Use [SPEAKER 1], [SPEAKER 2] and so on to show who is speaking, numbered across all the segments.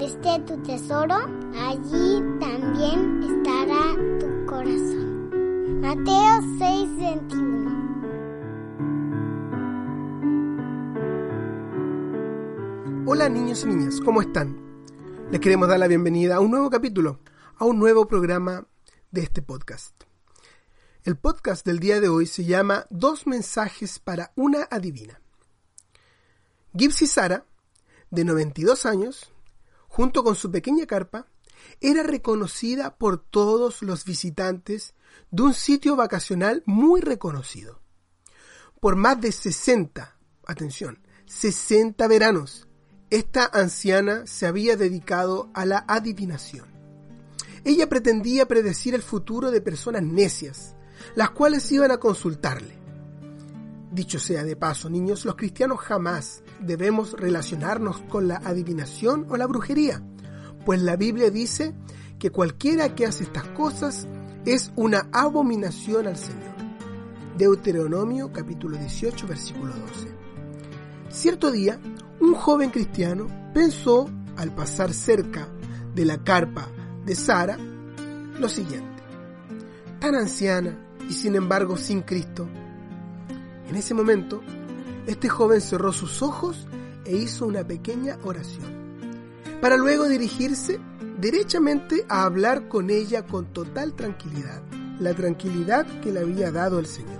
[SPEAKER 1] esté tu tesoro, allí también estará tu corazón. Mateo 6:21.
[SPEAKER 2] Hola niños y niñas, ¿cómo están? Les queremos dar la bienvenida a un nuevo capítulo, a un nuevo programa de este podcast. El podcast del día de hoy se llama 2 mensajes para una adivina. Gypsy Sara, de 92 años, junto con su pequeña carpa, era reconocida por todos los visitantes de un sitio vacacional muy reconocido. Por más de 60 veranos, esta anciana se había dedicado a la adivinación. Ella pretendía predecir el futuro de personas necias, las cuales iban a consultarle. Dicho sea de paso, niños, los cristianos jamás debemos relacionarnos con la adivinación o la brujería, pues la Biblia dice que cualquiera que hace estas cosas es una abominación al Señor. Deuteronomio capítulo 18, versículo 12. Cierto día, un joven cristiano pensó, al pasar cerca de la carpa de Sara, lo siguiente: tan anciana y sin embargo sin Cristo. En ese momento, este joven cerró sus ojos e hizo una pequeña oración, para luego dirigirse derechamente a hablar con ella con total tranquilidad, la tranquilidad que le había dado el Señor.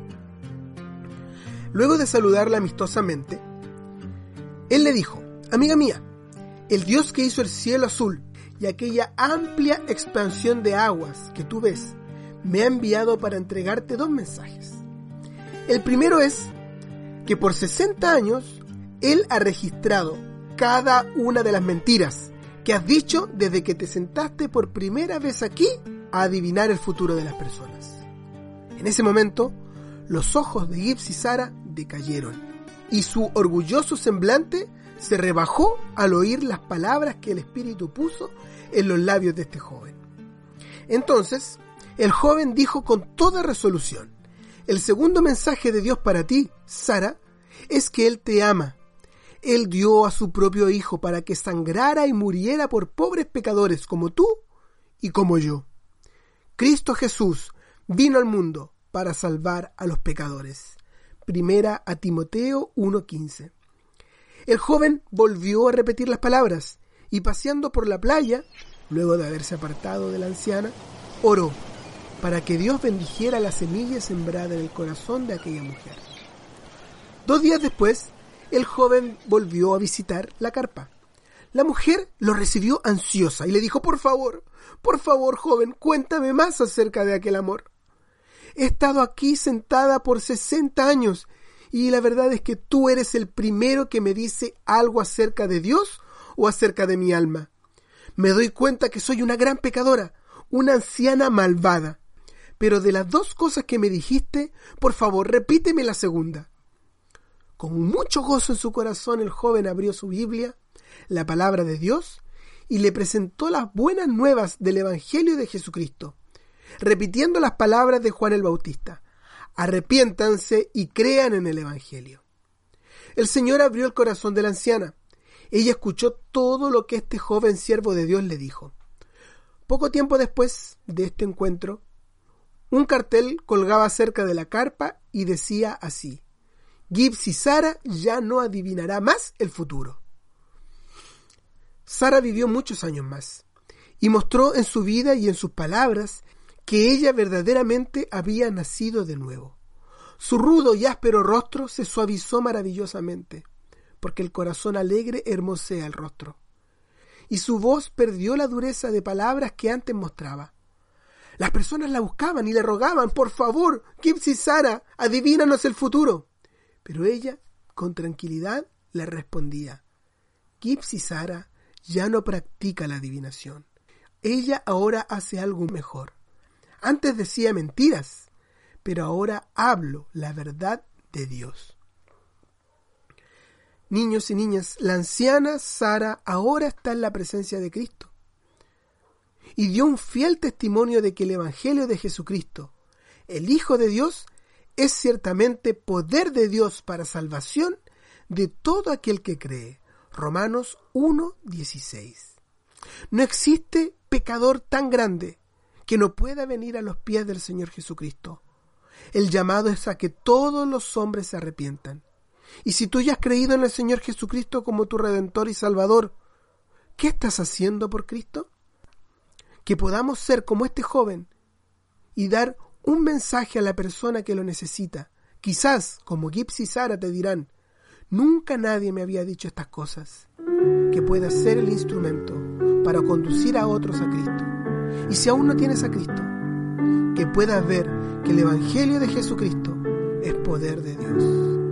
[SPEAKER 2] Luego de saludarla amistosamente, él le dijo: amiga mía, el Dios que hizo el cielo azul y aquella amplia expansión de aguas que tú ves, me ha enviado para entregarte 2 mensajes. El primero es que por 60 años Él ha registrado cada una de las mentiras que has dicho desde que te sentaste por primera vez aquí a adivinar el futuro de las personas. En ese momento, los ojos de Gypsy Sara decayeron y su orgulloso semblante se rebajó al oír las palabras que el Espíritu puso en los labios de este joven. Entonces, el joven dijo con toda resolución: el segundo mensaje de Dios para ti, Sara, es que Él te ama. Él dio a su propio Hijo para que sangrara y muriera por pobres pecadores como tú y como yo. Cristo Jesús vino al mundo para salvar a los pecadores. Primera a Timoteo 1:15. El joven volvió a repetir las palabras y, paseando por la playa, luego de haberse apartado de la anciana, oró para que Dios bendijera la semilla sembrada en el corazón de aquella mujer. 2 días después, el joven volvió a visitar la carpa. La mujer lo recibió ansiosa y le dijo: por favor, joven, cuéntame más acerca de aquel amor. He estado aquí sentada por 60 años y la verdad es que tú eres el primero que me dice algo acerca de Dios o acerca de mi alma. Me doy cuenta que soy una gran pecadora, una anciana malvada. Pero de las 2 cosas que me dijiste, por favor, repíteme la segunda. Con mucho gozo en su corazón, el joven abrió su Biblia, la palabra de Dios, y le presentó las buenas nuevas del Evangelio de Jesucristo, repitiendo las palabras de Juan el Bautista: arrepiéntanse y crean en el Evangelio. El Señor abrió el corazón de la anciana. Ella escuchó todo lo que este joven siervo de Dios le dijo. Poco tiempo después de este encuentro, un cartel colgaba cerca de la carpa y decía así: Gypsy Sara ya no adivinará más el futuro. Sara vivió muchos años más y mostró en su vida y en sus palabras que ella verdaderamente había nacido de nuevo. Su rudo y áspero rostro se suavizó maravillosamente, porque el corazón alegre hermosea el rostro, y su voz perdió la dureza de palabras que antes mostraba. Las personas la buscaban y le rogaban: por favor, Gypsy Sara, adívínanos el futuro. Pero ella, con tranquilidad, le respondía: Gypsy Sara ya no practica la adivinación. Ella ahora hace algo mejor. Antes decía mentiras, pero ahora hablo la verdad de Dios. Niños y niñas, la anciana Sara ahora está en la presencia de Cristo y dio un fiel testimonio de que el Evangelio de Jesucristo, el Hijo de Dios, es ciertamente poder de Dios para salvación de todo aquel que cree. Romanos 1:16. No existe pecador tan grande que no pueda venir a los pies del Señor Jesucristo. El llamado es a que todos los hombres se arrepientan. Y si tú ya has creído en el Señor Jesucristo como tu Redentor y Salvador, ¿qué estás haciendo por Cristo? Que podamos ser como este joven y dar un mensaje a la persona que lo necesita. Quizás, como Gibbs y Sara te dirán, nunca nadie me había dicho estas cosas. Que puedas ser el instrumento para conducir a otros a Cristo. Y si aún no tienes a Cristo, que puedas ver que el Evangelio de Jesucristo es poder de Dios.